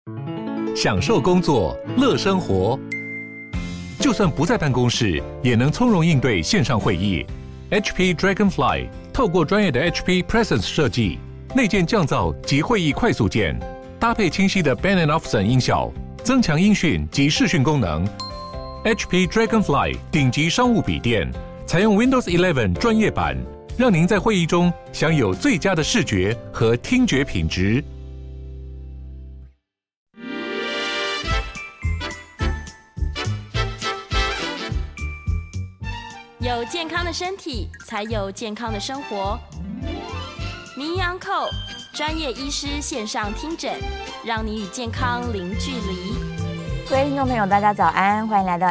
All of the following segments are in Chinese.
享受工作，乐生活。就算不在办公室，也能从容应对线上会议。HP Dragonfly 透过专业的 HP Presence 设计，内建降噪及会议快速键，搭配清晰的 Bang & Olufsen 音效，增强音讯及视讯功能。HP Dragonfly 顶级商务笔电，采用 Windows 11专业版，让您在会议中享有最佳的视觉和听觉品质。 有健康的身体，才有健康的生活。名医昂扣专业医师线上听诊，让你与健康零距离。 各位听众朋友，大家早安，欢迎来到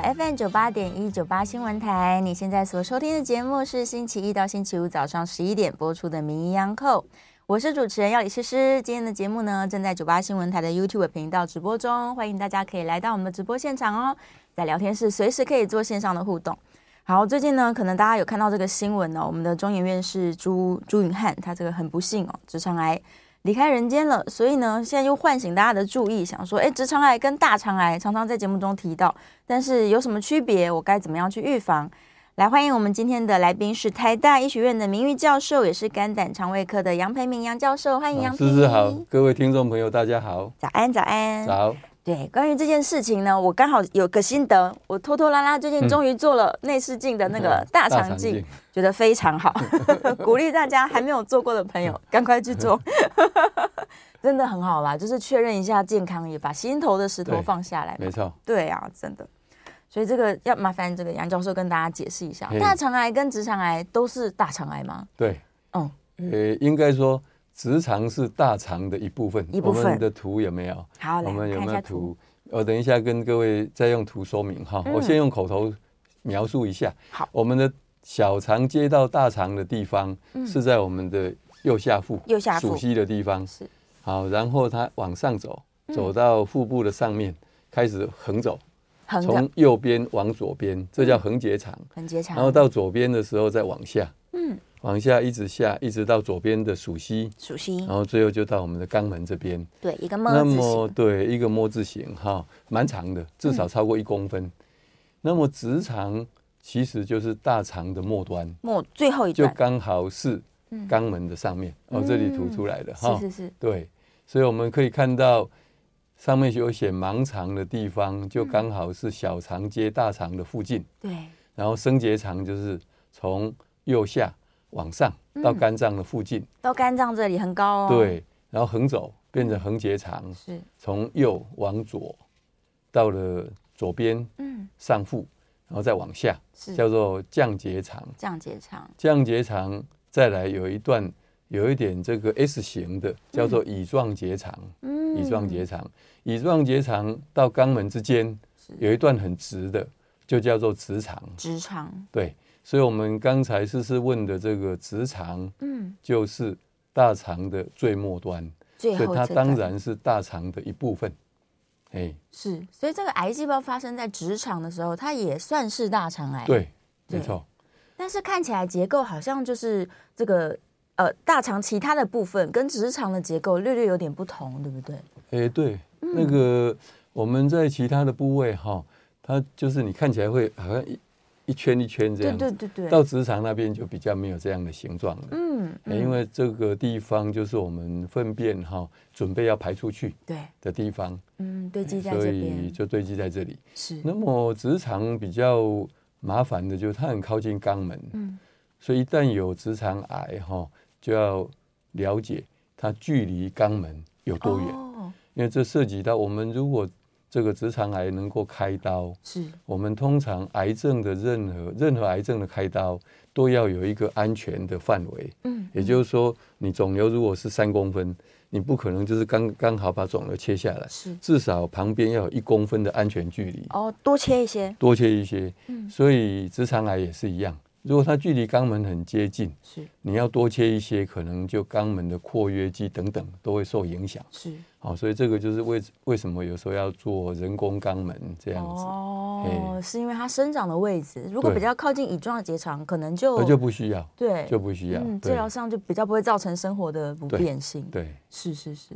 FM98.198新闻台。你现在所收听的节目是星期一到星期五早上11点播出的名医昂扣，我是主持人药理诗诗。今天的节目呢，正在98新闻台的 YouTube 频道直播中，欢迎大家可以来到我们的直播现场哦，在聊天室随时可以做线上的互动。好，最近呢，可能大家有看到这个新闻哦，我们的中研院士朱允汉，他这个很不幸哦，直肠癌离开人间了，所以呢，现在又唤醒大家的注意，想说，直肠癌跟大肠癌常常在节目中提到，但是有什么区别？我该怎么样去预防？来，欢迎我们今天的来宾是台大医学院的名誉教授，也是肝胆肠胃科的杨培明杨教授，欢迎杨培明。 诗诗好，各位听众朋友大家好， 早安早安。 早。 对，关于这件事情呢，我刚好有个心得，我拖拖拉拉最近终于做了内视镜的那个大肠镜，觉得非常好，鼓励大家还没有做过的朋友赶快去做，真的很好啦，就是确认一下健康，也把心头的石头放下来嘛。 没错， 对啊，真的。所以这个要麻烦这个杨教授跟大家解释一下，大肠癌跟直肠癌都是大肠癌吗？ 对，应该说。直肠是大肠的一部分，我们的图有没有？ 好， 我们有没有图？ 我等一下跟各位再用图说明哈。我先用口头描述一下。 好， 我们的小肠接到大肠的地方是在我们的右下腹，属膝的地方。 是。 好，然后它往上走，走到腹部的上面，开始横走，从右边往左边，这叫横结肠。 横结肠。 然后到左边的时候再往下。往下一直下，一直到左边的属膝，然后最后就到我们的肛门这边。 对，一个摸字形。 那么对，一个摸字形哈，蛮长的，至少超过1公分。那么直肠其实就是大肠的末端， 最后一段， 就刚好是肛门的上面。这里涂出来的哈。 是。 对，所以我们可以看到上面有写盲肠的地方，就刚好是小肠接大肠的附近。 对。 然后升结肠就是从右下往上到肝脏的附近， 到肝脏这里很高哦。 对，然后横走变成横结肠， 是从右往左到了左边上腹，然后再往下，叫做降结肠。降结肠再来有一段有一点这个 S 型的，叫做乙状结肠。乙状结肠，乙状结肠到肛门之间有一段很直的，就叫做直肠。 直肠， 对。所以我们刚才诗诗问的这个直肠，就是大肠的最末端，所以它当然是大肠的一部分。 是，所以这个癌细胞发生在直肠的时候，它也算是大肠癌。 对，没错。 但是看起来结构好像就是这个大肠其他的部分跟直肠的结构略有点不同，对不对？ 对，那个我们在其他的部位哈，它就是你看起来会好像一圈一圈这样子， 对， 到直肠那边就比较没有这样的形状了。因为这个地方就是我们粪便准备要排出去的地方， 堆积在这边， 所以就堆积在这里。 是。 那么直肠比较麻烦的就是它很靠近肛门，所以一旦有直肠癌就要了解它距离肛门有多远，因为这涉及到我们如果这个直肠癌能够开刀， 是我们通常癌症的任何癌症的开刀都要有一个安全的范围。也就是说，你肿瘤如果是3公分，你不可能就是刚好把肿瘤切下来，至少旁边要有1公分的安全距离。 多切一些。 所以直肠癌也是一样。如果它距离肛门很接近，你要多切一些，可能就肛门的括约肌等等都会受影响。所以这个就是为什么有时候要做人工肛门这样子。 是因为它生长的位置，如果比较靠近乙状结肠，可能就不需要。对，就不需要。 治疗上就比较不会造成生活的不便性。 对， 是。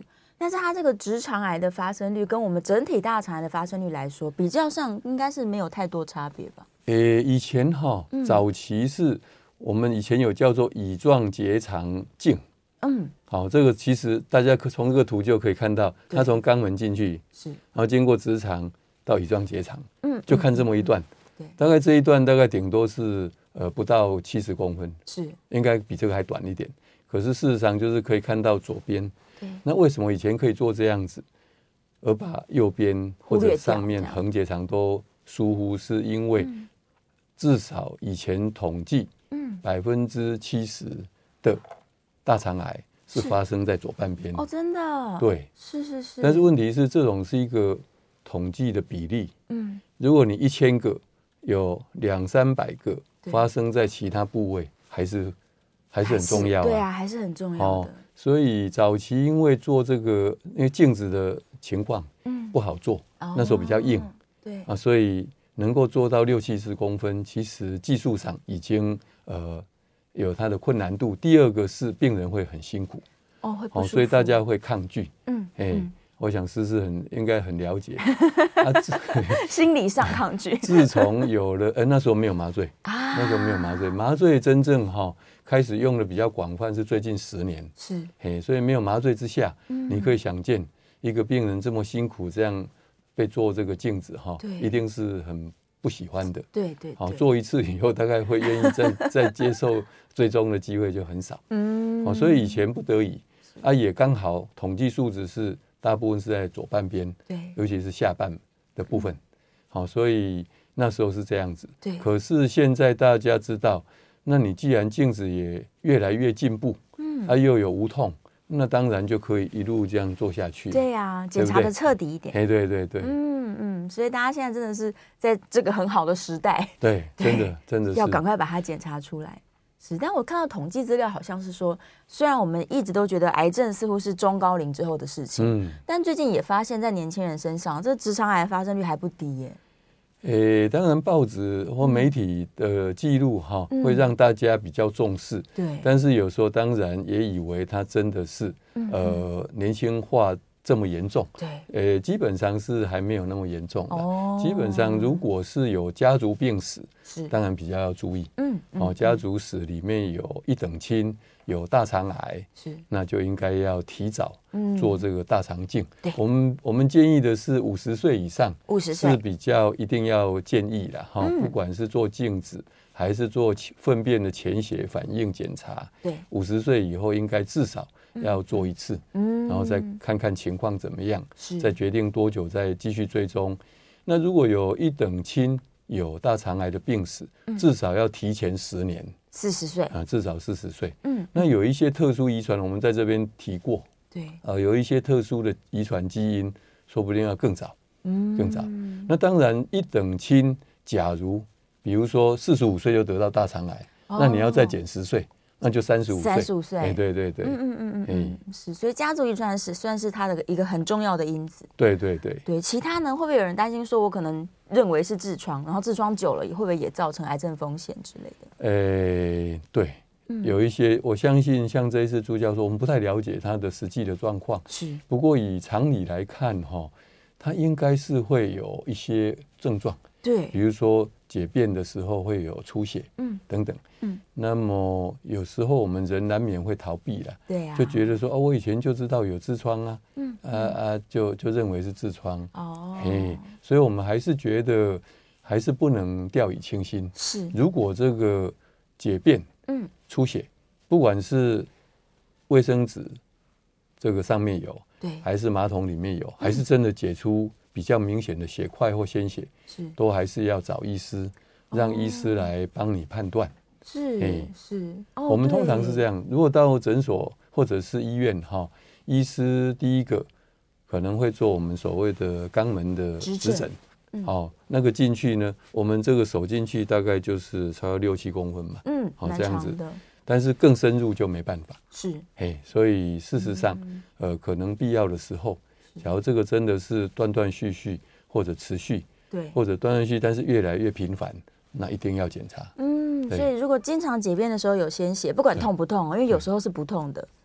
但是它这个直肠癌的发生率跟我们整体大肠癌的发生率来说，比较上应该是没有太多差别吧？ 以前早期是我们以前有叫做乙状结肠镜。好，这个其实大家从这个图就可以看到，它从肛门进去，是，然后经过直肠到乙状结肠，就看这么一段，对，大概这一段大概顶多是不到70公分，是，应该比这个还短一点。可是事实上就是可以看到左边，对，那为什么以前可以做这样子，而把右边或者上面横结肠都疏忽？是因为至少以前统计，70%的大肠癌是发生在左半边哦，真的， 对， 是。 但是问题是，这种是一个统计的比例。如果你1000个有200-300个发生在其他部位，还是很重要。 对啊，还是很重要的。 所以早期因为做这个，因为镜子的情况不好做，那时候比较硬，对啊，所以能够做到60-70公分，其实技术上已经有它的困难度。第二个是病人会很辛苦会不舒服，所以大家会抗拒。我想诗诗应该很了解， 心理上抗拒。 自从有了那时候没有麻醉那时候没有麻醉，麻醉真正开始用的比较广泛是最近10年，是所以没有麻醉之下，你可以想见一个病人这么辛苦这样被做这个镜子一定是很不喜欢的，对，好，做一次以后大概会愿意再接受追踪的机会就很少，所以以前不得已也刚好统计数值是大部分是在左半边，对，尤其是下半的部分，好，所以那时候是这样子，对。可是现在大家知道，那你既然镜子也越来越进步，又有无痛，那当然就可以一路这样做下去， 对呀，检查的彻底一点， 对， 所以大家现在真的是在这个很好的时代， 对，真的是要赶快把它检查出来。是，但我看到统计资料好像是说，虽然我们一直都觉得癌症似乎是中高龄之后的事情，但最近也发现在年轻人身上，这直肠癌发生率还不低耶。 当然报纸或媒体的记录会让大家比较重视，对，但是有时候当然也以为它真的是年轻化这么严重，对，基本上是还没有那么严重的。基本上如果是有家族病史，当然比较要注意，家族史里面有一等亲有大肠癌，那就应该要提早做这个大肠镜。我们建议的是50岁以上，50岁是比较一定要建议的不管是做镜子还是做粪便的潜血反应检查，对，50岁以后应该至少要做一次，然后再看看情况怎么样，再决定多久再继续追踪。那如果有一等亲有大肠癌的病史，至少要提前10年，40岁至少40岁。那有一些特殊遗传，我们在这边提过，对，有一些特殊的遗传基因，说不定要更早，更早。那当然一等亲，假如比如说45岁就得到大肠癌，那你要再减10岁。那就35岁，对， 是，所以家族遗传史算是它的一个很重要的因子。 对， 其他呢，会不会有人担心说，我可能认为是痔疮，然后痔疮久了，会不会也造成癌症风险之类的？对，有一些，我相信像这一次朱教授，我们不太了解他的实际的状况，是，不过以常理来看，他应该是会有一些症状，对，比如说解便的时候会有出血，等等，那么有时候我们人难免会逃避了，对啊，就觉得说我以前就知道有痔疮就认为是痔疮，所以我们还是觉得还是不能掉以轻心，是，如果这个解便，出血，不管是卫生纸这个上面有，对，还是马桶里面有，还是真的解出比较明显的血块或鲜血，都还是要找医师，让医师来帮你判断。是，我们通常是这样，如果到诊所或者是医院医师第一个可能会做我们所谓的肛门的指诊，那个进去呢，我们这个手进去大概就是差不多6-7公分嘛，这样子，但是更深入就没办法，是，所以事实上，可能必要的时候，假如这个真的是断断续续或者持续，对，或者断断续续，但是越来越频繁，那一定要检查。所以如果经常解便的时候有鲜血，不管痛不痛，因为有时候是不痛的，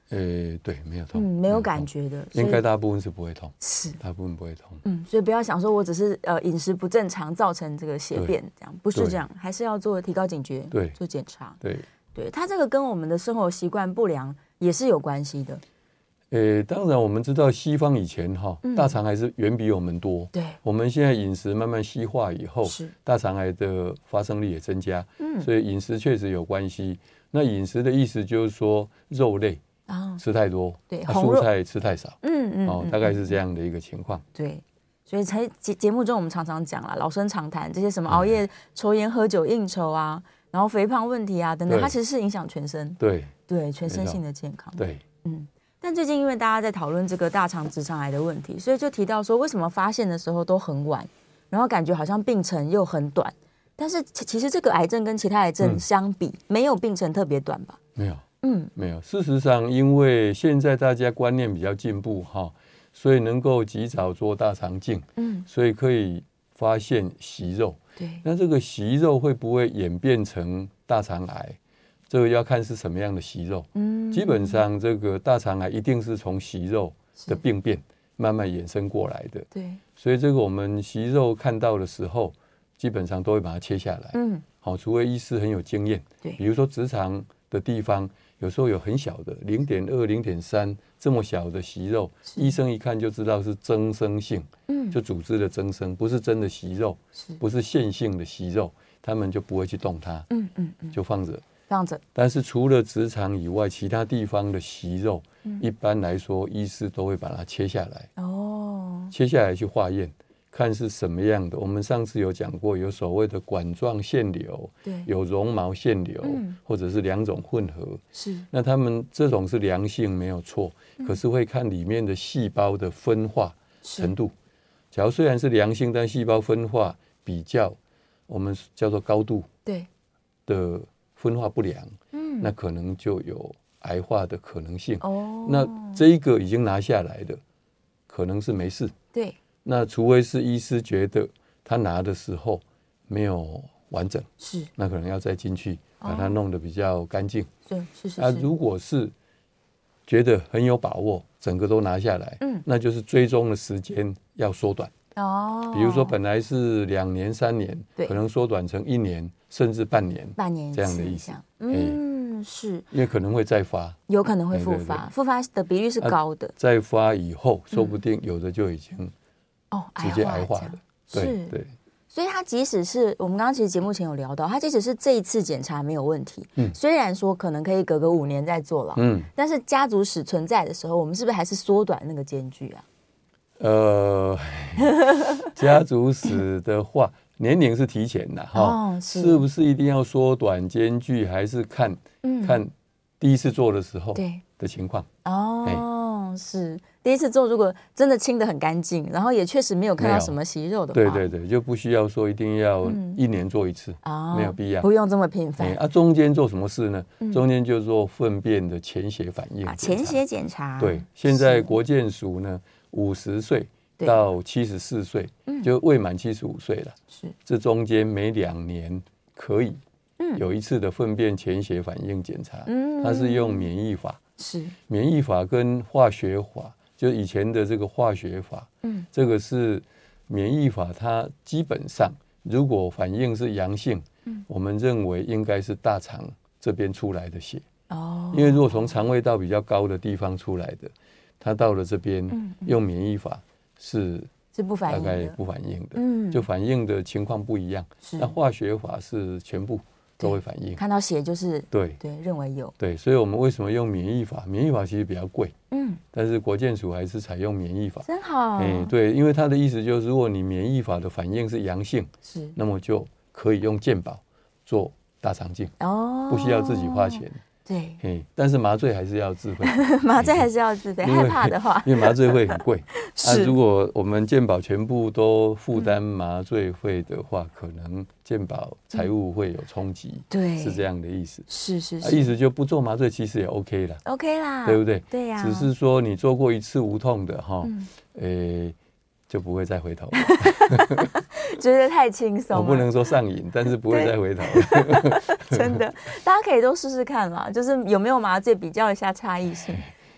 对，没有痛， 没有感觉的， 应该大部分是不会痛， 是大部分不会痛。 所以不要想说我只是饮食不正常造成这个血便，这样不是这样，还是要做提高警觉， 对， 做检查， 对， 它这个跟我们的生活习惯不良也是有关系的。 当然我们知道西方以前大肠癌是远比我们多， 对， 我们现在饮食慢慢西化以后，大肠癌的发生率也增加，所以饮食确实有关系。那饮食的意思就是说肉类吃太多，对，蔬菜吃太少，大概是这样的一个情况。 对，所以在节目中我们常常讲啦，老生常谈这些什么熬夜、抽烟、喝酒、应酬啊，然后肥胖问题啊等等，它其实是影响全身， 对， 全身性的健康。 对， 但最近因为大家在讨论这个大肠直肠癌的问题，所以就提到说，为什么发现的时候都很晚，然后感觉好像病程又很短。但是其实这个癌症跟其他癌症相比，没有病程特别短吧？ 没有，没有。事实上，因为现在大家观念比较进步所以能够及早做大肠镜，所以可以发现息肉。对，那这个息肉会不会演变成大肠癌？这个要看是什么样的息肉。基本上这个大肠癌一定是从息肉的病变慢慢衍生过来的。对，所以这个我们息肉看到的时候，基本上都会把它切下来。除非医师很有经验，比如说直肠的地方，有时候有很小的0.2、0.3这么小的息肉，医生一看就知道是增生性，就组织的增生，不是真的息肉，不是线性的息肉，他们就不会去动它，就放着。但是除了直肠以外，其他地方的息肉，一般来说医师都会把它切下来，切下来去化验，看是什么样的。我们上次有讲过，有所谓的管状腺瘤，有绒毛腺瘤，或者是2种混合。那他们这种是良性没有错，可是会看里面的细胞的分化程度。假如虽然是良性，但细胞分化比较我们叫做高度的分化不良，那可能就有癌化的可能性。那这一个已经拿下来的，可能是没事。对，那除非是医师觉得他拿的时候没有完整，那可能要再进去把它弄得比较干净。如果是觉得很有把握，整个都拿下来，那就是追踪的时间要缩短。比如说本来是2年、3年，可能缩短成1年甚至半年这样的意思。是，因为可能会再发，有可能会复发，复发的比率是高的。再发以后，说不定有的就已经直接癌化了。对，所以他即使是我们刚刚其实节目前有聊到，他即使是这一次检查没有问题，虽然说可能可以隔个5年再做了，但是家族史存在的时候，我们是不是还是缩短那个间距啊？家族史的话，年龄是提前的是不是一定要缩短间距，还是看第一次做的时候的情况。是第一次做，如果真的清得很干净，然后也确实没有看到什么息肉的话，对，就不需要说一定要1年做一次，没有必要，不用这么频繁。中间做什么事呢？中间就做粪便的潜血反应，潜血检查。对，现在国健署呢，50岁到74岁，就未满75岁了。这中间每2年可以有一次的粪便潜血反应检查，它是用免疫法。免疫法跟化学法，就以前的这个化学法，这个是免疫法，它基本上如果反应是阳性，我们认为应该是大肠这边出来的血。因为如果从肠胃道比较高的地方出来的，它到了这边用免疫法是不反应的，大概不反应的，就反应的情况不一样。那化学法是全部都会反应，看到血就是对，认为有对，所以我们为什么用免疫法？免疫法其实比较贵，但是国健署还是采用免疫法，真好。对，因为他的意思就是，如果你免疫法的反应是阳性，那么就可以用健保做大肠镜，不需要自己花钱。对，但是麻醉还是要自费，麻醉还是要自费，害怕的话，因为麻醉会很贵。如果我们健保全部都负担麻醉费的话，可能健保财务会有冲击。对，是这样的意思。是，意思就不做麻醉，其实也 OK 啦。OK 啦，对不对？对呀。只是说你做过一次无痛的就不会再回头了。觉得太轻松了，我不能说上瘾，但是不会再回头了。真的，大家可以都试试看啦，就是有没有麻醉，比较一下差异性。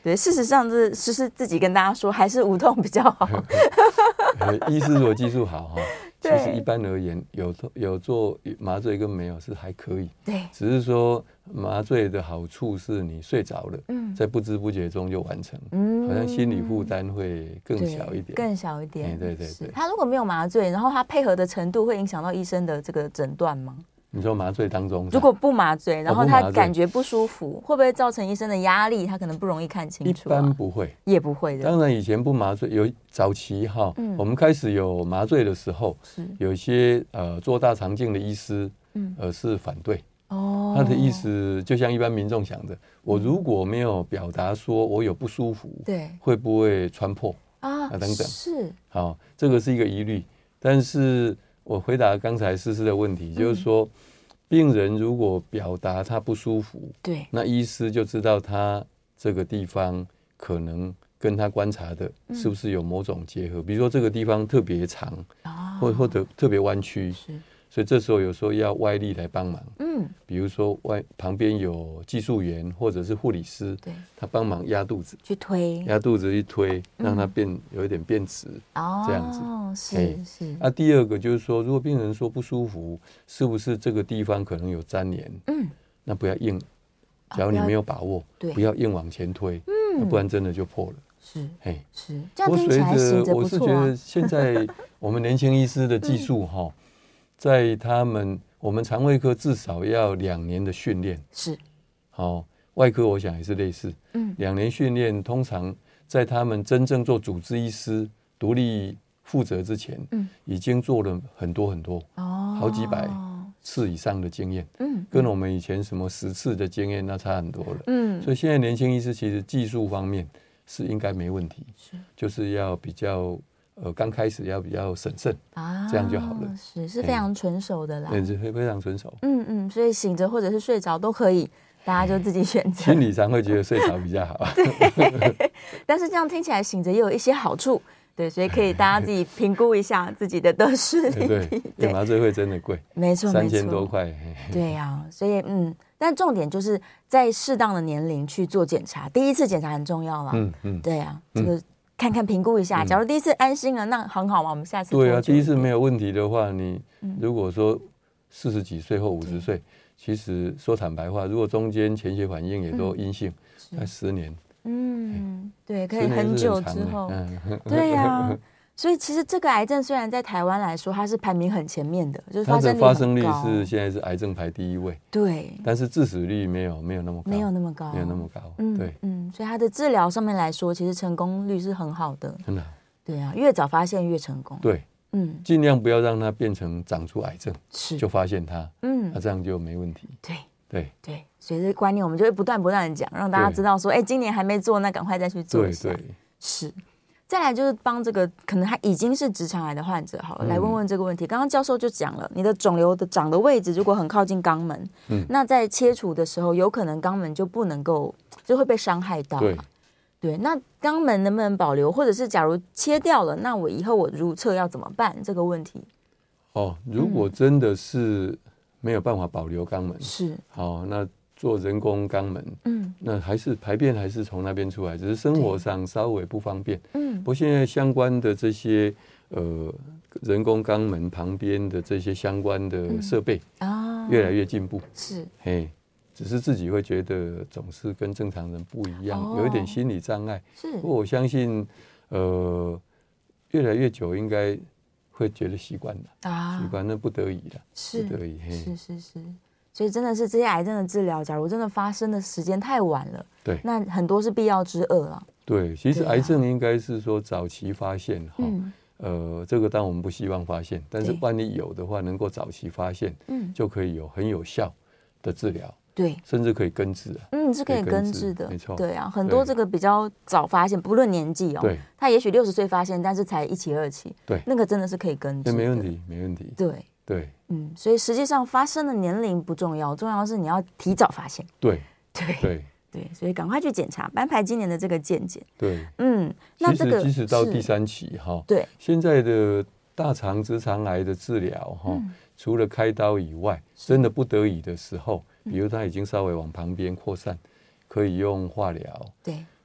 对，事实上是自己跟大家说，还是无痛比较好。 医师如果技术好哈，其实一般而言有做麻醉跟没有是还可以。 对， 只是说麻醉的好处是你睡着了，在不知不觉中就完成，好像心理负担会更小一点， 更小一点。 对。 他如果没有麻醉，然后他配合的程度会影响到医生的这个诊断吗？ 你说麻醉当中， 如果不麻醉，然后他感觉不舒服，会不会造成医生的压力？他可能不容易看清楚。 一般不会， 也不会的。 当然以前不麻醉，有早期哈，我们开始有麻醉的时候，有一些做大肠镜的医师，是反对。他的意思就像一般民众想的，我如果没有表达说我有不舒服，对，会不会穿破啊等等？是，好，这个是一个疑虑。但是我回答刚才诗诗的问题，就是说，病人如果表达他不舒服，对，那医师就知道他这个地方可能跟他观察的是不是有某种结合，比如说这个地方特别长，或者特别弯曲，所以这时候有时候要外力来帮忙，比如说旁边有技术员或者是护理师，他帮忙压肚子，去推，压肚子一推，让它有一点变直，这样子。是。第二个就是说，如果病人说不舒服，是不是这个地方可能有粘连？那不要硬，假如你没有把握，不要硬往前推，不然真的就破了。是。这样听起来醒着不错啊。我是觉得现在我们年轻医师的技术哈。在我们肠胃科至少要2年的训练，是，好，外科我想也是类似，2年训练，通常在他们真正做主治医师、独立负责之前，已经做了很多很多，好几百次以上的经验，跟我们以前什么10次的经验那差很多了，所以现在年轻医师其实技术方面是应该没问题，就是要比较。刚开始要比较审慎这样就好了。是非常纯熟的啦。对，是非常纯熟。所以醒着或者是睡着都可以，大家就自己选择。心理上会觉得睡着比较好。对，但是这样听起来醒着也有一些好处。对，所以可以大家自己评估一下自己的得失利弊。对，麻醉会真的贵，没错，3000多块。对呀，所以但重点就是在适当的年龄去做检查，第一次检查很重要啦。对呀，这个。看看评估一下，假如第一次安心了，那很好嘛。我们下次对啊，第一次没有问题的话，你如果说40几岁或50岁，其实说坦白话，如果中间前血反应也都阴性，那10年，对，可以很久之后，对呀。所以其实这个癌症虽然在台湾来说它是排名很前面的，就是它的发生率是现在是癌症排第1位，对，但是致死率没有那么高，没有那么高，对，所以它的治疗上面来说，其实成功率是很好的，很好，对啊，越早发现越成功，对，尽量不要让它变成长出癌症，就发现它，那这样就没问题，对，所以这观念我们就会不断的讲，让大家知道说，今年还没做，那赶快再去做一下，对，是。再来就是帮这个可能他已经是直肠癌的患者好了，来问问这个问题。刚刚教授就讲了，你的肿瘤的长的位置如果很靠近肛门，那在切除的时候，有可能肛门就不能够，就会被伤害到嘛。对，那肛门能不能保留，或者是假如切掉了，那我以后我如厕要怎么办？这个问题。如果真的是没有办法保留肛门，是好那。做人工肛门，那还是排便还是从那边出来，只是生活上稍微不方便。不过现在相关的这些人工肛门旁边的这些相关的设备越来越进步，是，只是自己会觉得总是跟正常人不一样，有一点心理障碍。是，不过我相信，越来越久应该会觉得习惯了，习惯那不得已了，是不得已，是。所以真的是这些癌症的治疗，假如真的发生的时间太晚了，对，那很多是必要之恶了。对，其实癌症应该是说早期发现哈，这个当然我们不希望发现，但是万一有的话，能够早期发现，就可以有很有效的治疗，对，甚至可以根治是可以根治的，没错，对啊，很多这个比较早发现，不论年纪对，他也许60岁发现，但是才1期2期，对，那个真的是可以根治，没问题，没问题，对。对，所以实际上发生的年龄不重要，重要的是你要提早发现。对，所以赶快去检查，安排今年的这个健检。对，那这个即使到第3期哈，对，现在的大肠直肠癌的治疗哈，除了开刀以外，真的不得已的时候，比如它已经稍微往旁边扩散，可以用化疗，对，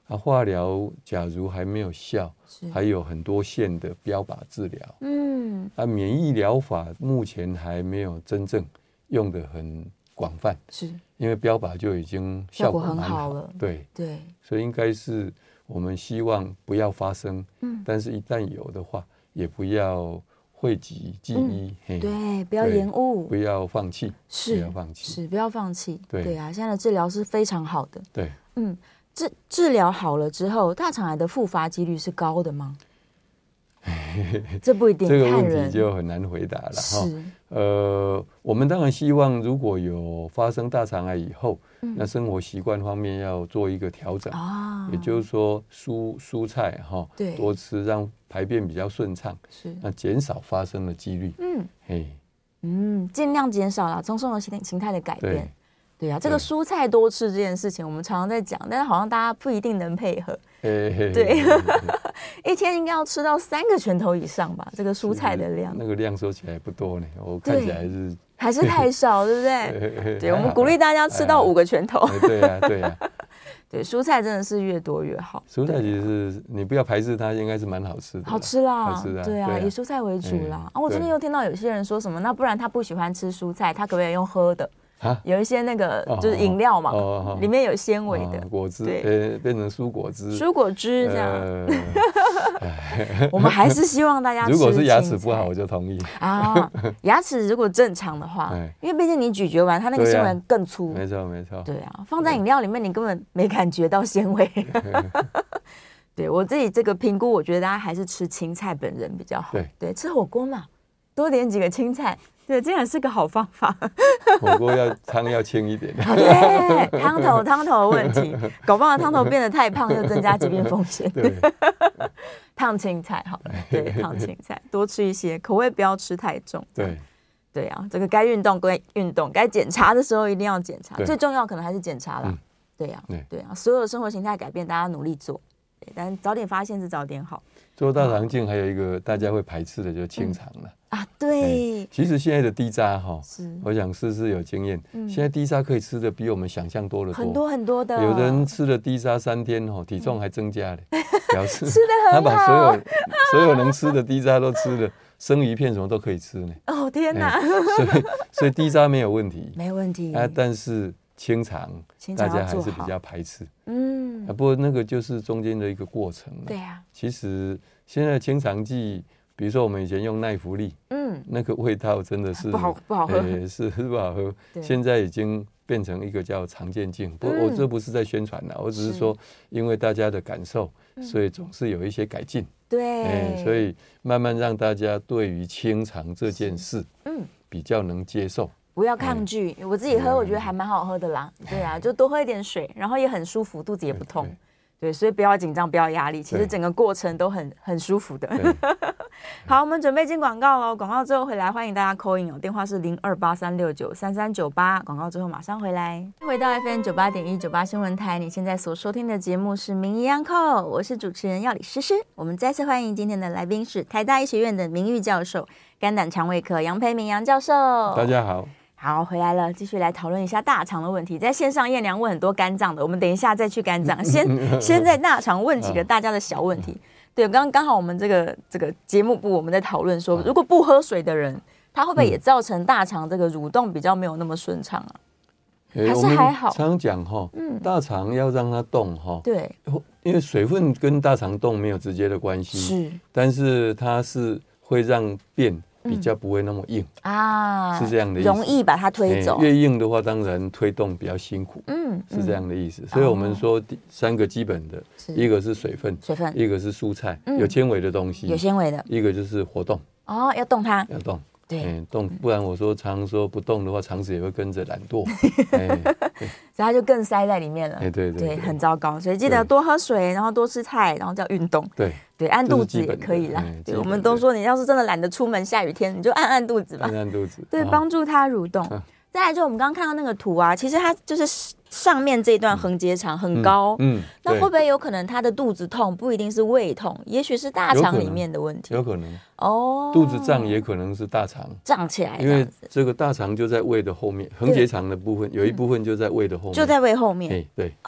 化疗假如还没有效，还有很多线的标靶治疗。免疫疗法目前还没有真正用得很广泛，是因为标靶就已经效果很好了。对，所以应该是我们希望不要发生，但是一旦有的话，也不要讳疾忌医， 对，不要延误， 不要放弃， 不要放弃。对啊，现在的治疗是非常好的。对，治疗好了之后，大肠癌的复发几率是高的吗？这不一定， 这个问题就很难回答了哈。我们当然希望如果有发生大肠癌以后，那生活习惯方面要做一个调整，也就是说蔬菜哈，多吃，让排便比较顺畅，那减少发生的几率。 尽量减少啦，从生活形态的改变。对啊，这个蔬菜多吃这件事情，我们常常在讲，但是好像大家不一定能配合。对，一天应该要吃到3个拳头以上吧，这个蔬菜的量。 那个量说起来不多呢，我看起来还是太少，对不对？对，我们鼓励大家吃到5个拳头。 对啊。 对，蔬菜真的是越多越好。 蔬菜其实是你不要排斥它，应该是蛮好吃的。 好吃啦，对啊，以蔬菜为主啦。我最近又听到有些人说什么，那不然他不喜欢吃蔬菜，他可不可以用喝的？有一些那个就是饮料嘛，里面有纤维的果汁，变成蔬果汁这样。我们还是希望大家吃。 如果是牙齿不好，我就同意啊。牙齿如果正常的话，因为毕竟你咀嚼完，它那个纤维更粗。 没错。 对啊，放在饮料里面，你根本没感觉到纤维。对我自己这个评估，我觉得大家还是吃青菜本人比较好。对，吃火锅嘛，多点几个青菜。对，这也是个好方法。 火锅汤要清一点。 对，汤头的问题，搞不好汤头变得太胖，又增加疾病风险。对，烫青菜好了，对，烫青菜多吃一些，口味不要吃太重。对啊，这个该运动归运动，该检查的时候一定要检查，最重要可能还是检查啦。对啊，所有的生活形态改变，大家努力做，但早点发现是早点好。做大肠镜还有一个大家会排斥的，就是清肠了。 对， 其实现在的低渣哈，我想是有经验。现在低渣可以吃的比我们想象多得多， 很多的。 有的人吃了低渣3天体重还增加了，表示吃得很好， 他把所有能吃的低渣都吃了，生鱼片什么都可以吃呢。 哦天哪！ 所以低渣没有问题， 没问题。 但是清肠大家还是比较排斥。不过那个就是中间的一个过程。 对啊， 其实现在清肠剂，比如说我们以前用奈福利，那个味道真的是不好喝， 是不好喝。现在已经变成一个叫常见镜。我这不是在宣传啦，我只是说，因为大家的感受，所以总是有一些改进。 对， 所以慢慢让大家对于清肠这件事，比较能接受。 不要抗拒，我自己喝，我觉得还蛮好喝的啦。对啊，就多喝一点水，然后也很舒服，肚子也不痛。对，所以不要紧张，不要压力，其实整个过程都很舒服的。好，我们准备进广告喽，广告之后回来，欢迎大家 call in 哦，电话是0283693398，广告之后马上回来。回到 FM 98.1 98新闻台，你现在所收听的节目是名医央叩，我是主持人药理诗诗。我们再次欢迎今天的来宾是台大医学院的名誉教授，肝胆肠胃科杨培明杨教授。 大家好。 好，回来了，继续来讨论一下大肠的问题。在线上燕良问很多肝脏的，我们等一下再去肝脏，先在大肠问几个大家的小问题。对，刚好我们这个节目部我们在讨论说，如果不喝水的人，他会不会也造成大肠这个蠕动比较没有那么顺畅啊？还是还好？ 常讲大肠要让它动对， 因为水分跟大肠动没有直接的关系，但是它是会让便比较不会那么硬是这样的意思， 容易把它推走。 越硬的话，当然推动比较辛苦，是这样的意思。所以我们说3个基本的，一个是水分，一个是蔬菜，有纤维的东西， 有纤维的， 一个就是活动。 要动它， 要动。 对， 动，不然我常说不动的话，肠子也会跟着懒惰， 所以它就更塞在里面了。对，很糟糕。所以记得多喝水，然后多吃菜，然后再运动。对，按肚子也可以啦。对，我们都说你要是真的懒得出门，下雨天你就按肚子吧， 按肚子， 对，帮助它蠕动。再来就我们刚刚看到那个图啊，其实它就是上面这一段横结肠很高，那会不会有可能它的肚子痛不一定是胃痛，也许是大肠里面的问题？ 有可能肚子胀也可能是大肠胀起来， 因为这个大肠就在胃的后面，横结肠的部分有一部分就在胃的后面， 就在胃后面。 对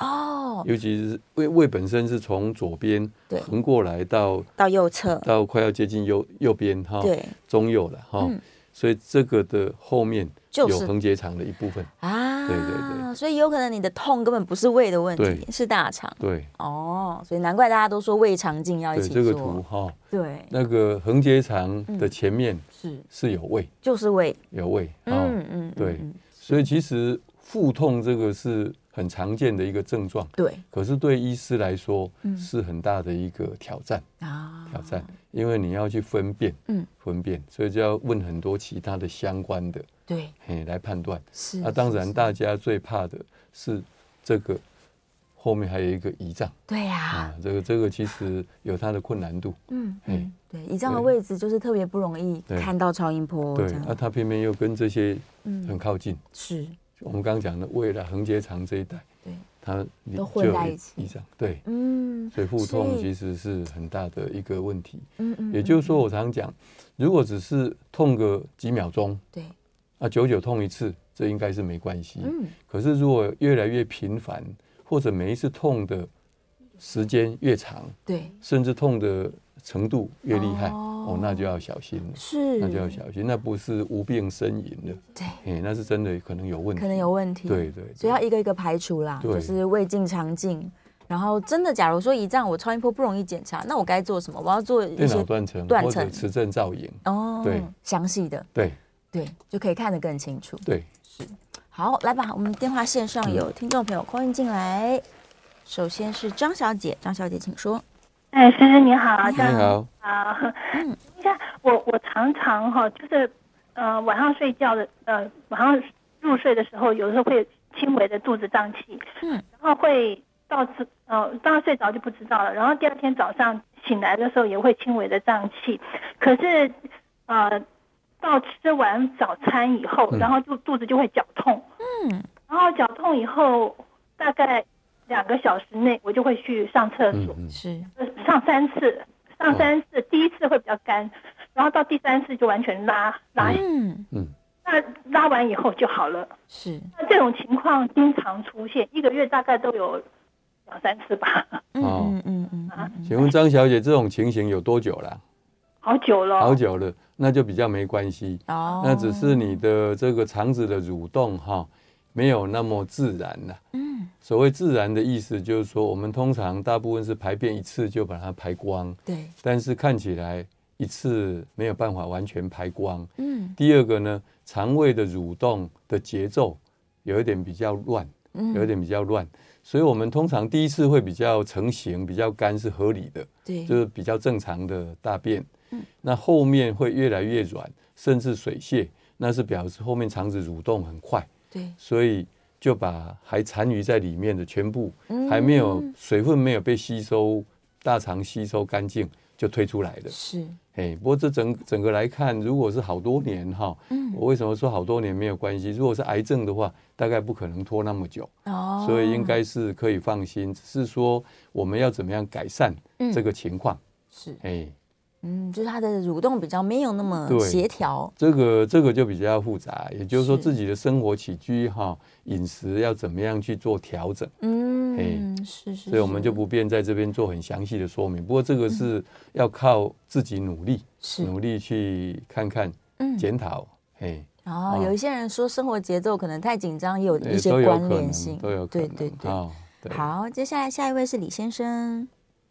尤其是胃本身是从左边横过来到右侧， 到快要接近右边对，中右了所以这个的后面有横结肠的一部分啊，对， 所以有可能你的痛根本不是胃的问题，是大肠。 对， 所以难怪大家都说胃肠镜要一起做。 这个图对， 那个横结肠的前面是有胃， 就是胃， 有胃，对，所以其实腹痛这个是很常见的一个症状， 对， 可是对医师来说是很大的一个挑战挑战，因为你要去分辨，所以就要问很多其他的相关的， 对， 来判断。当然大家最怕的是这个后面还有一个胰脏， 对呀， 这个其实有它的困难度， 对，胰脏的位置就是特别不容易看到超音波， 对，它偏偏又跟这些很靠近， 是我们刚刚讲的胃啦、横结肠这一带， 对， 它都混在一起， 胰脏，对，所以腹痛其实是很大的一个问题，也就是说，我常讲，如果只是痛个几秒钟， 对， 久久痛一次，这应该是没关系，可是如果越来越频繁，或者每一次痛的时间越长， 对， 甚至痛的程度越厉害，那就要小心了。那就要小心，那不是无病呻吟了。对，那是真的可能有问题。对， 所以要一个一个排除啦，就是胃镜、肠镜。然后真的，假如说胰脏我超音波不容易检查，那我该做什么？我要做一些电脑断层或者磁振造影。对， 详细的。 对， 就可以看得更清楚。 对， 是。好，来吧，我们电话线上有听众朋友call in进来。首先是张小姐，请说。 先生你好。 你好。 一下，我常常就是晚上睡觉的晚上入睡的时候，有时候会轻微的肚子胀气，然后会当然睡着就不知道了，然后第二天早上醒来的时候也会轻微的胀气，可是到吃完早餐以后，然后肚子就会绞痛，然后绞痛以后大概2个小时内我就会去上厕所，上3次，第一次会比较干，然后到第3次就完全拉，那拉完以后就好了。 是， 那这种情况经常出现，1个月大概都有2-3次吧。 请问张小姐，这种情形有多久了？ 好久了， 那就比较没关系。那只是你的这个肠子的蠕动没有那么自然了。所谓自然的意思就是说，我们通常大部分是排便一次就把它排光， 对。 但是看起来一次没有办法完全排光。第二个呢，肠胃的蠕动的节奏有一点比较乱，所以我们通常第一次会比较成型、比较干是合理的， 对， 就是比较正常的大便。那后面会越来越软，甚至水泄，那是表示后面肠子蠕动很快， 对， 所以就把还残余在里面的全部还没有水分没有被吸收，大肠吸收干净就推出来了。 是， 不过这整个来看，如果是好多年我为什么说好多年没有关系？如果是癌症的话，大概不可能拖那么久，所以应该是可以放心。只是说我们要怎么样改善这个情况？ 是，就是它的蠕动比较没有那么协调， 这个就比较复杂，也就是说自己的生活起居饮食要怎么样去做调整。 是， 所以我们就不便在这边做很详细的说明。不过这个是要靠自己努力去看看检讨。 有一些人说生活节奏可能太紧张，也有一些关联性， 都有可能。对。 好，接下来下一位是李先生。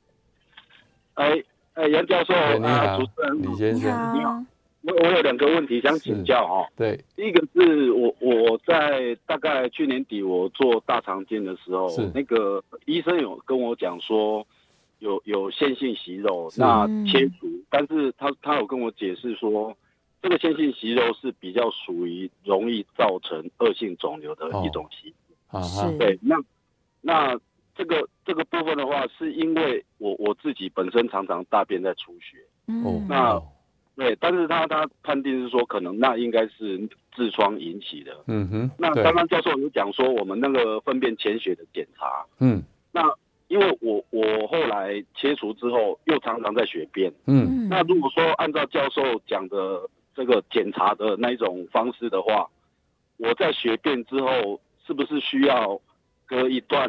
杨教授， 你好， 主持人李先生， 你好。 我有2个问题想请教对， 第一个是我在大概去年底我做大肠镜的时候，那个医生有跟我讲说有腺性息肉，那切除，但是他有跟我解释说，这个腺性息肉是比较属于容易造成恶性肿瘤的一种息肉。对，那这个部分的话，是因为我自己本身常常大便在出血，对，但是他判定是说可能那应该是痔疮引起的。那刚刚教授有讲说我们那个粪便潜血的检查，那因为我后来切除之后又常常在血便，那如果说按照教授讲的这个检查的那一种方式的话，我在血便之后是不是需要隔一段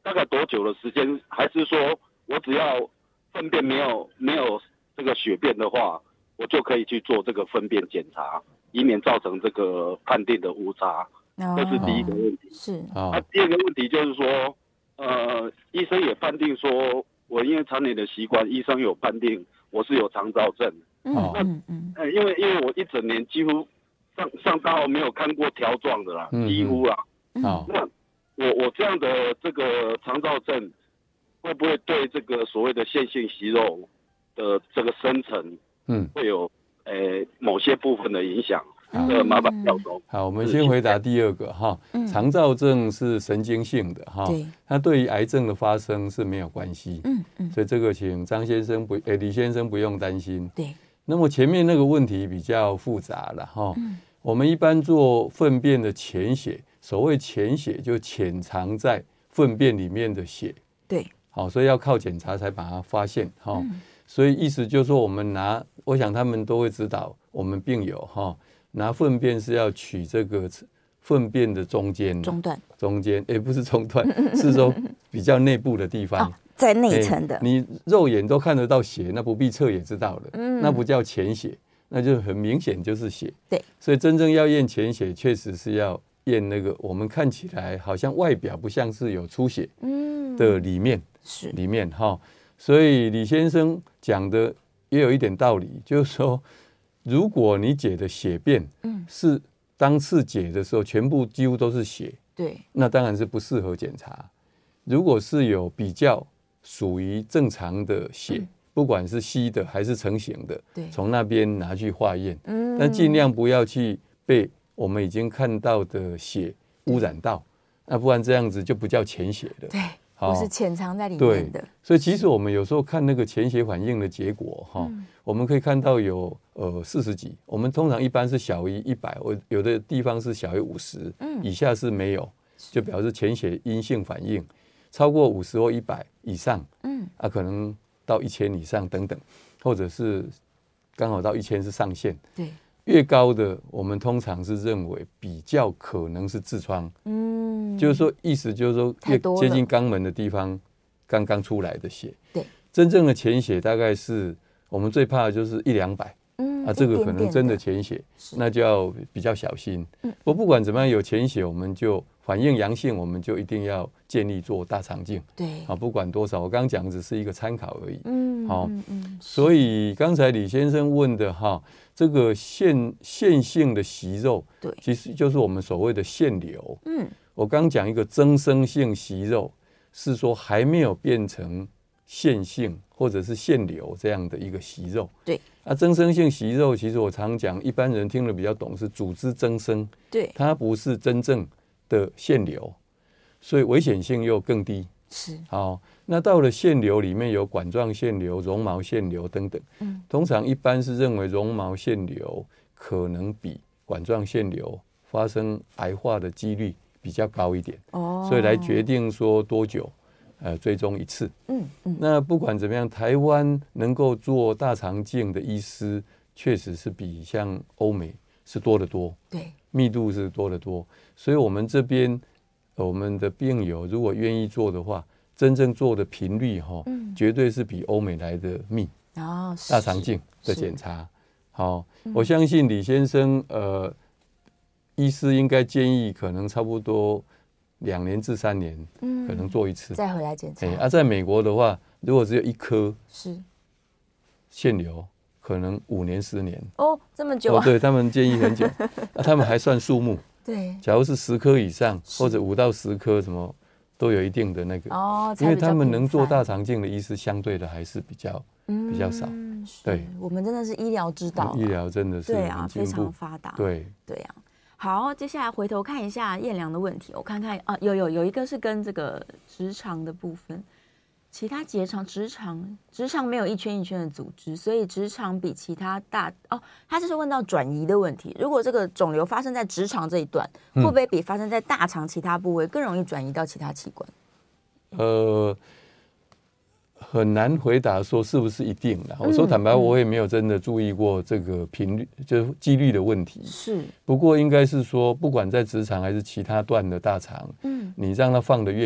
大概多久的时间？还是说我只要粪便没有这个血便的话，我就可以去做这个粪便检查，以免造成这个判定的误差？这是第一个问题。 是。 第二个问题就是说，医生也判定说，我因为常年的习惯，医生有判定我是有肠燥症。因为我一整年几乎上大号没有看过条状的啦，几乎啦。那我这样的这个肠燥症，会不会对这个所谓的腺性息肉的这个生成，会有某些部分的影响？麻烦教授。 好，我们先回答第二个哈。肠燥症是神经性的哈，它对于癌症的发生是没有关系。所以这个请李先生不用担心。 对。 那么前面那个问题比较复杂了哈。我们一般做粪便的潜血，所谓潜血就潜藏在粪便里面的血。 对。 好，所以要靠检查才把它发现哈。所以意思就是说，我想他们都会知道，我们病友哈。拿粪便是要取这个粪便的中间，不是中段，是说比较内部的地方， 在内层的， 你肉眼都看得到血，那不必测也知道了，那不叫潜血，那就很明显就是血。 对， 所以真正要验潜血，确实是要验那个我们看起来好像外表不像是有出血的里面， 是里面哈。所以李先生讲的也有一点道理，就是说。如果你解的血便是当次解的时候全部几乎都是血， 对， 那当然是不适合检查。如果是有比较属于正常的血，不管是稀的还是成型的，从那边拿去化验，但尽量不要去被我们已经看到的血污染到，那不然这样子就不叫潜血了。 对。不是潜藏在里面的， 所以其实我们有时候看那个潜血反应的结果我们可以看到有40几，我们通常一般是小于100，我有的地方是小于50，以下是没有，就表示潜血阴性反应，超过50或100以上，可能到1000以上等等，或者是刚好到1000是上限， 对。 越高的，我们通常是认为比较可能是痔疮，就是说意思就是说越接近肛门的地方，刚刚出来的血， 对， 真正的潜血大概是我们最怕的就是100-200，这个可能真的潜血，那就要比较小心。不管怎么样有潜血，我们就反应阳性，我们就一定要建议做大肠镜， 对， 不管多少，我刚刚讲只是一个参考而已，所以刚才李先生问的这个腺性的息肉， 对， 其实就是我们所谓的腺瘤。我刚讲一个增生性息肉，是说还没有变成腺性或者是腺瘤这样的一个息肉。 对， 增生性息肉，其实我常讲，一般人听得比较懂，是组织增生， 对， 它不是真正的腺瘤，所以危险性又更低。 是， 好，那到了腺瘤里面有管状腺瘤、绒毛腺瘤等等，通常一般是认为绒毛腺瘤可能比管状腺瘤发生癌化的几率比较高一点，所以来决定说多久追踪一次。那不管怎么样，台湾能够做大肠镜的医师确实是比像欧美是多得多， 对， 密度是多得多，所以我们这边我们的病友如果愿意做的话，真正做的频率绝对是比欧美来的密。大肠镜的检查，我相信李先生医师应该建议可能差不多2年至3年，可能做一次， 再回来检查。 在美国的话，如果只有1颗是腺瘤，可能5年10年。 这么久对，他们建议很久，他们还算数目。 对， 假如是10颗以上，或者5到10颗，什么都有一定的那个，因为他们能做大肠镜的医师相对的还是比较少。对， 我们真的是医疗指导， 医疗真的是非常发达。 对啊。好，接下来回头看一下燕良的问题，我看看有一个是跟这个直肠的部分。其他结肠、直肠没有一圈一圈的组织，所以直肠比其他大他就是问到转移的问题。如果这个肿瘤发生在直肠这一段，会不会比发生在大肠其他部位更容易转移到其他器官？ 很难回答说是不是一定的。我说坦白，我也没有真的注意过这个频率，就是几率的问题。 是， 不过应该是说，不管在直肠还是其他段的大肠，你让它放得越久，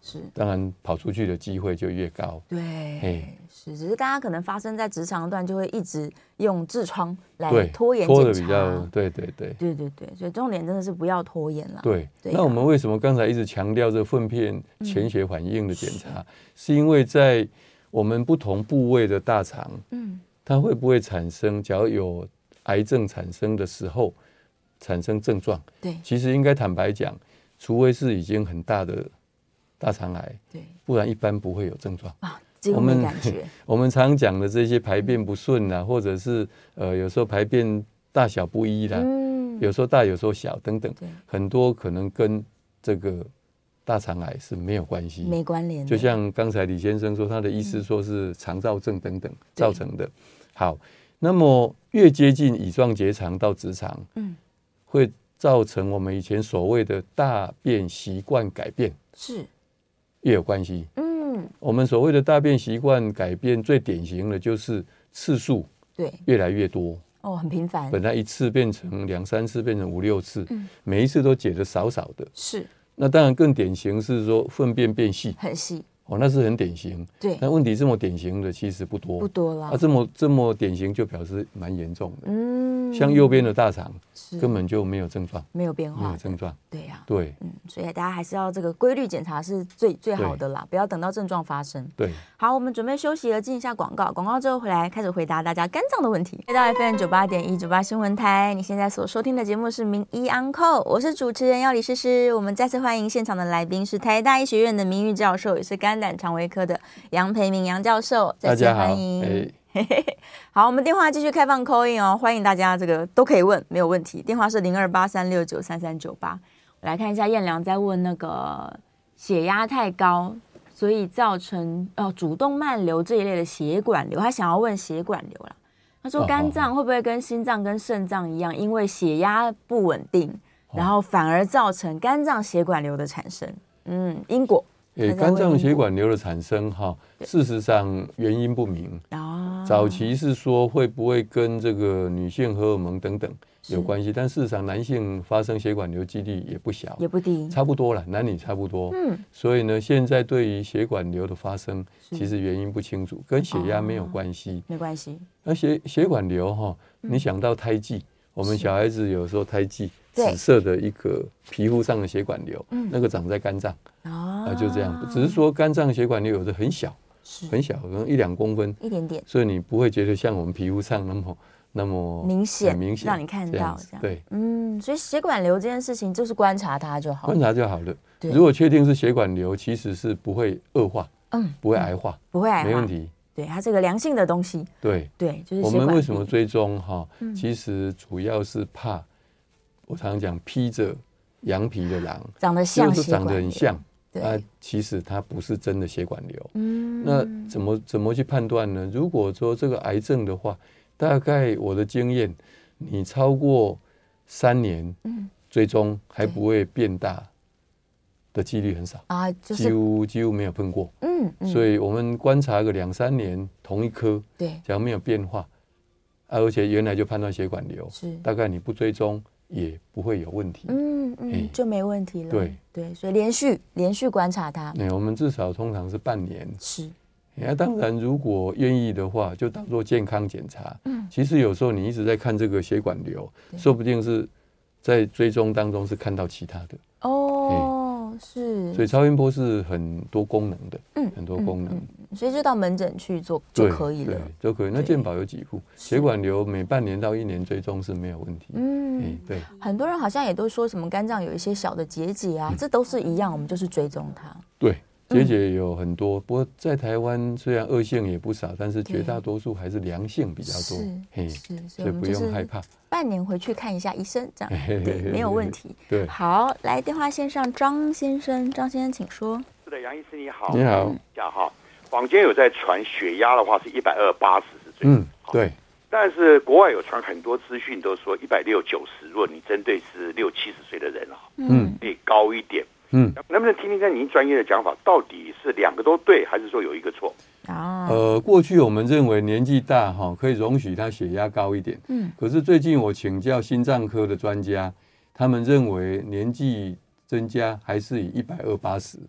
是， 当然跑出去的机会就越高。 对，是，只是大家可能发生在职场段，就会一直用痔疮来拖延检查，拖的比较，对， 所以重点真的是不要拖延了。 对，那我们为什么刚才一直强调这粪便潜血反应的检查？是因为在我们不同部位的大肠，它会不会产生，假如有癌症产生的时候产生症状？对，其实应该坦白讲，除非是已经很大的大肠癌，对，不然一般不会有症状啊， 几乎没感觉。 我们常讲的这些排便不顺啦，或者是有时候排便大小不一啦，有时候大有时候小等等，很多可能跟这个大肠癌是没有关系， 没关联。 就像刚才李先生说，他的意思说是肠燥症等等造成的。好，那么越接近乙状结肠到直肠，会造成我们以前所谓的大便习惯改变，是越有关系。我们所谓的大便习惯改变，最典型的就是次数越来越多。 很频繁， 本来一次变成2、3次，变成5、6次，每一次都解得少少的。是，那当然更典型是说粪便变细， 很细。 那是很典型。对，那问题这么典型的其实不多啦。这么典型就表示蛮严重的。像右边的大肠根本就没有症状， 没有变化， 没有症状。 对呀， 对， 所以大家还是要这个规律检查是最好的啦，不要等到症状发生。 对， 好，我们准备休息了，进一下广告，广告之后回来开始回答大家肝脏的问题。回到 FM98.1 98新闻台，你现在所收听的节目是名医安扣，我是主持人要李诗诗。我们再次欢迎现场的来宾是台大医学院的名誉教授，也是肝胆肠胃科的杨培明杨教授，再次欢迎。好，我们电话继续开放 call in 哦，欢迎大家这个都可以问，没有问题。电话是0283693398。我来看一下，燕良在问那个血压太高，所以造成主动脉瘤这一类的血管瘤，他想要问血管瘤啦。他说肝脏会不会跟心脏跟肾脏一样，因为血压不稳定，然后反而造成肝脏血管瘤的产生？因果。 肝脏血管瘤的产生事实上原因不明。早期是说会不会跟这个女性荷尔蒙等等有关系，但事实上男性发生血管瘤几率也不小， 也不低， 差不多了，男女差不多。所以呢，现在对于血管瘤的发生，其实原因不清楚，跟血压没有关系， 没关系。 而血管瘤你想到胎记，我们小孩子有时候胎记紫色的一个皮肤上的血管瘤，那个长在肝脏。就这样，只是说肝脏血管瘤有的很小，很小，可能1、2公分， 一点点， 所以你不会觉得像我们皮肤上那么明显，让你看到这样。对，所以血管瘤这件事情就是观察它就好了， 观察就好了。如果确定是血管瘤，其实是不会恶化，不会癌化， 不会癌化， 没问题。 对，它是个良性的东西。 对， 就是我们为什么追踪其实主要是怕，我常常讲披着羊皮的狼， 长得像血管瘤，长得很像。其实它不是真的血管瘤。那怎么去判断呢？如果说这个癌症的话，大概我的经验，你超过3年，追踪还不会变大的几率很少啊，几乎没有碰过。所以我们观察个2、3年，同一颗，假如没有变化，而且原来就判断血管瘤，大概你不追踪也不会有问题。 就没问题了。对，所以连续观察它。 我们至少通常是半年。是。当然，如果愿意的话，就当做健康检查。其实有时候你一直在看这个血管瘤，说不定是在追踪当中是看到其他的。是。所以超音波是很多功能的，很多功能。 所以就到门诊去做就可以了。 对，就可以。那健保有几副？血管瘤每半年到1年追踪是没有问题。对。 很多人好像也都说什么肝脏有一些小的结节啊，这都是一样，我们就是追踪它。 对。结节有很多，不过在台湾虽然恶性也不少，但是绝大多数还是良性比较多。所以不用害怕。 半年回去看一下医生，这样对，没有问题。 对， 好，来电话线上张先生，请说。 是的，杨医师你好。 你好。 坊间有在传血压的话是120/80是最好。 对。 但是国外有传很多资讯，都说160、90，如果你针对是60、70岁的人可以高一点。能不能听听看您专业的讲法，到底是2个都对，还是说有一个错？ 过去我们认为年纪大可以容许他血压高一点。可是最近我请教心脏科的专家，他们认为年纪增加还是以120/80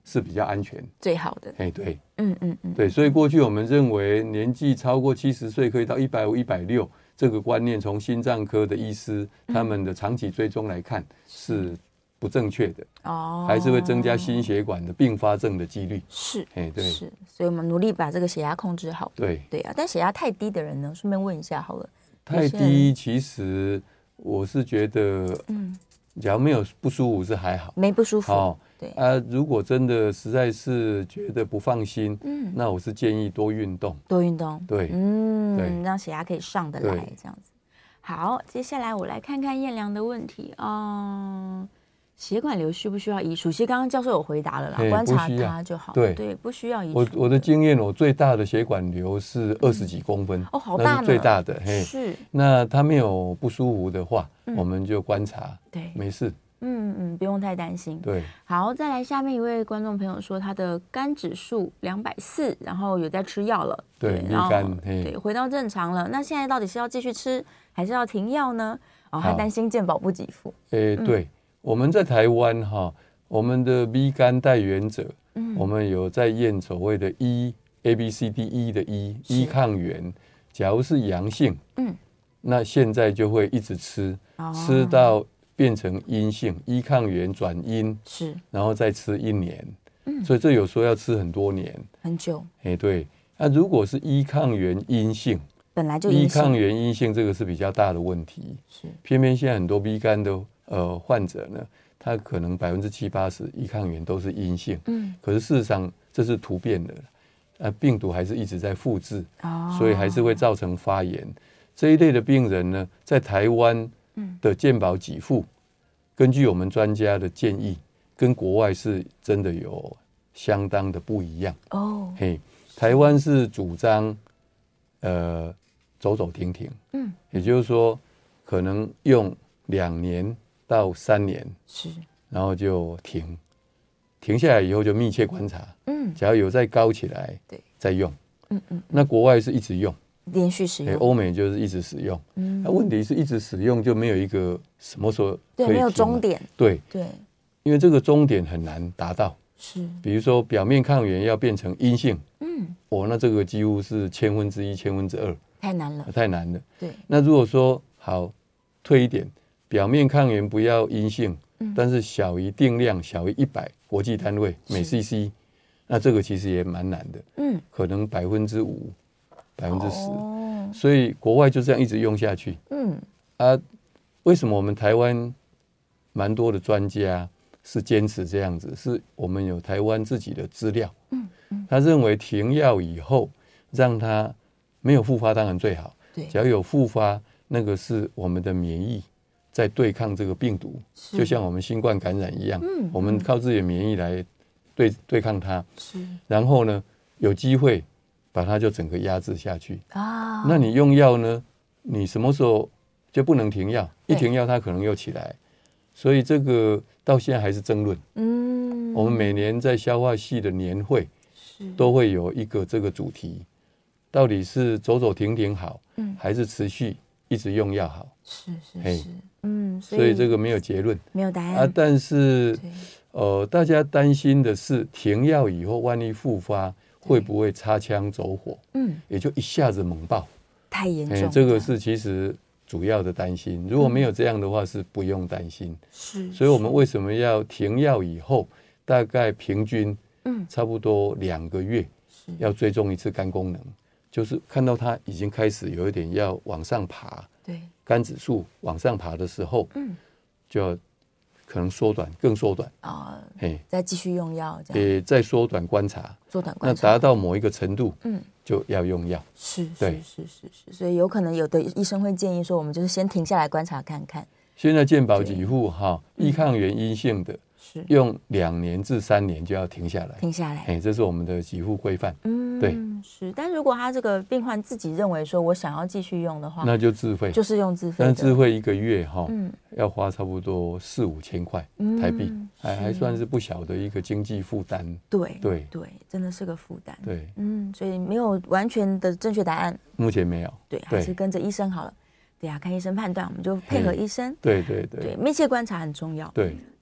是比较安全最好的。 对，对，所以过去我们认为年纪超过70岁可以到150、160，这个观念从心脏科的医师他们的长期追踪来看是不正确的还是会增加心血管的并发症的几率。 是， 对， 是，所以我们努力把这个血压控制好。 对啊，但血压太低的人呢，顺便问一下好了。 太低，其实我是觉得，假如没有不舒服是还好， 没不舒服。 对如果真的实在是觉得不放心，那我是建议多运动。对，对， 让血压可以上得来，这样子。好，接下来我来看看彦良的问题血管瘤需不需要移除？其实刚刚教授有回答了啦，观察它就好。对，不需要移除。 我的经验，我最大的血管瘤是20几公分， 好大呢， 那是最大的。 是。 那它没有不舒服的话，我们就观察，对，没事。 不用太担心。 对， 好，再来下面一位观众朋友说，他的肝指数240，然后有在吃药了， 对，然后对，回到正常了。那现在到底是要继续吃，还是要停药呢？他担心健保不给付。 对，我们在台湾我们的 B 肝带原者，我们有在验所谓的ABCDE 的E抗原，假如是阳性，那现在就会一直吃，吃到变成阴性，E抗原转阴， 是， 然后再吃1年，所以这有时候要吃很多年， 很久。 对，那如果是E抗原阴性， 本来就阴性， E抗原阴性这个是比较大的问题， 是， 偏偏现在很多 B 肝的患者呢，他可能70%、80%E抗原都是阴性，可是事实上这是突变的，病毒还是一直在复制，所以还是会造成发炎。这一类的病人呢，在台湾的健保给付，根据我们专家的建议，跟国外是真的有相当的不一样。台湾是主张走走停停，也就是说可能用2年到3年， 是， 然后就停下来以后就密切观察，只要有再高起来，对，再用，那国外是一直用。 连续使用， 欧美就是一直使用。那问题是一直使用就没有一个什么时候可以停， 对，没有终点。 对，因为这个终点很难达到。 是， 比如说表面抗原要变成阴性，那这个几乎是1/1000、1/1002， 太难了， 太难了。 对， 那如果说好退一点，表面抗原不要阴性，但是小于定量，小于100国际单位每 cc， 那这个其实也蛮难的。可能5%、10%，所以国外就这样一直用下去。为什么我们台湾蛮多的专家是坚持这样子？是我们有台湾自己的资料。他认为停药以后，让他没有复发当然最好。只要有复发，那个是我们的免疫在对抗这个病毒，就像我们新冠感染一样，我们靠自己的免疫来对抗它。然后呢，有机会把它就整个压制下去那你用药呢？你什么时候就不能停药？一停药它可能又起来，所以这个到现在还是争论。我们每年在消化系的年会都会有一个这个主题，到底是走走停停好，还是持续一直用药好？ 是， 所以这个没有结论， 没有答案但是大家担心的是停药以后，万一复发。会不会擦枪走火？也就一下子猛爆， 太严重。 这个是其实主要的担心。如果没有这样的话，是不用担心。所以我们为什么要停药以后，大概平均差不多2个月要追踪一次肝功能，就是看到它已经开始有一点要往上爬，对，肝指数往上爬的时候，就要可能更缩短再继续用药， 再缩短观察，那达到某一个程度，就要用药。 是，所以有可能有的医生会建议说，我们就是先停下来观察看看。 现在健保给付E抗原阴性的，用2年至3年就要停下来，这是我们的给付规范。对， 是。但如果他这个病患自己认为说我想要继续用的话， 那就自费， 就是用自费。 但自费1个月要花差不多4-5千块台币，还算是不小的一个经济负担。 对，真的是个负担。 对， 所以没有完全的正确答案， 目前没有。 对，还是跟着医生好了。对啊，看医生判断，我们就配合医生。 对， 密切观察很重要。 对。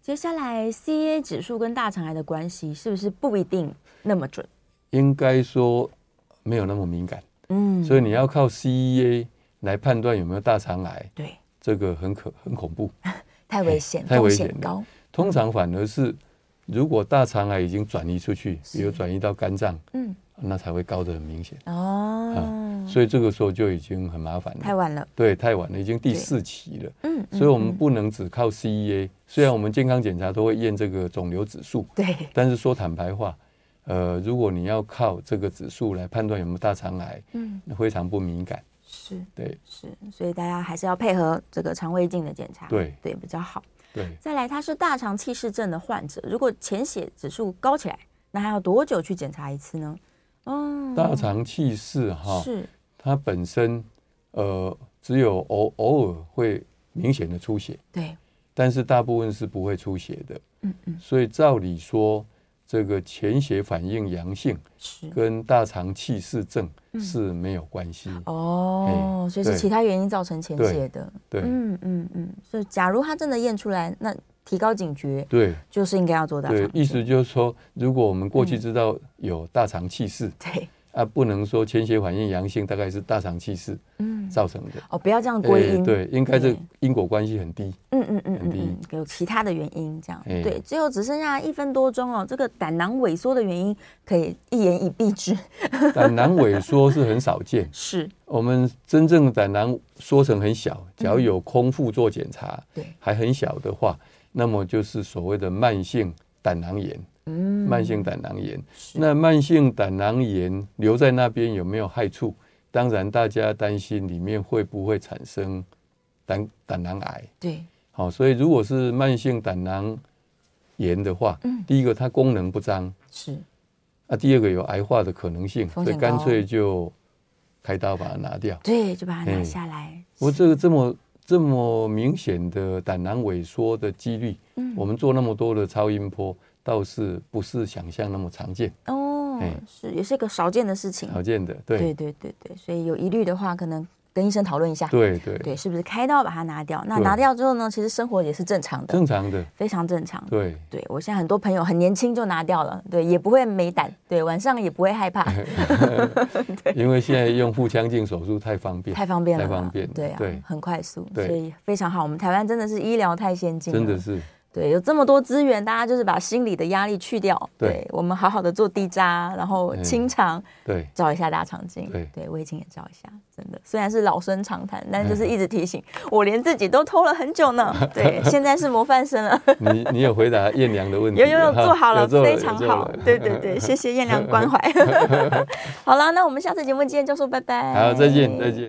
接下来 CA 指数跟大肠癌的关系是不是不一定那么准？ 应该说没有那么敏感，所以你要靠 CEA 来判断有没有大肠癌， 对， 这个很恐怖， 太危险， 太危险高。 通常反而是如果大肠癌已经转移出去，比如转移到肝脏，那才会高得很明显所以这个时候就已经很麻烦了， 太晚了， 对，太晚了，已经第4期了，所以我们不能只靠 CEA，虽然我们健康检查都会验这个肿瘤指数， 对， 但是说坦白话，如果你要靠这个指数来判断有没有大肠癌，非常不敏感， 是， 对， 是，所以大家还是要配合这个肠胃镜的检查， 对， 比较好。 对， 再来，他是大肠憩室症的患者，如果潜血指数高起来，那还要多久去检查一次呢？ 大肠憩室是它本身只有偶尔会明显的出血， 对， 但是大部分是不会出血的，所以照理说这个潜血反应阳性跟大肠憩室症是没有关系所以是其他原因造成潜血的， 对， 所以假如他真的验出来，那提高警觉， 对， 就是应该要做大肠镜。 对，意思就是说，如果我们过去知道有大肠憩室， 对， 不能说潜血反应阳性大概是大肠憩室造成的， 不要这样归因， 对，应该这因果关系很低，很低， 有其他的原因这样，对，最后只剩下1分多钟这个胆囊萎缩的原因可以一言以蔽之。 胆囊萎缩是很少见， 是我们真正胆囊缩成很小，只要有空腹做检查，对，还很小的话，那么就是所谓的慢性胆囊炎。慢性胆囊炎，那慢性胆囊炎留在那边有没有害处？当然，大家担心里面会不会产生胆囊癌。 对， 好，所以如果是慢性胆囊炎的话，第一个它功能不彰， 是第二个有癌化的可能性，所以干脆就开刀把它拿掉。 对，就把它拿下来。 我这个这么明显的胆囊萎缩的几率，我们做那么多的超音波，倒是不是想象那么常见是也是一个少见的事情， 少见的，对， 所以有疑虑的话，可能跟医生讨论一下， 对， 是不是开刀把它拿掉？那拿掉之后呢，其实生活也是正常的，非常正常。 对， 我现在很多朋友很年轻就拿掉了，对，也不会没胆，对，晚上也不会害怕， 因为现在用腹腔镜手术太方便了， 对啊，很快速，所以非常好。我们台湾真的是医疗太先进了， 真的是。 对，有这么多资源，大家就是把心理的压力去掉。对，我们好好的做低渣，然后清肠， 对， 照一下大肠镜，对，胃镜也照一下。真的，虽然是老生常谈，但就是一直提醒我，连自己都偷了很久呢。对，现在是模范生了。 你有回答燕良的问题？ 有做好了，非常好。对，谢谢燕良关怀。好了，那我们下次节目见，教授，拜拜。 好，再见。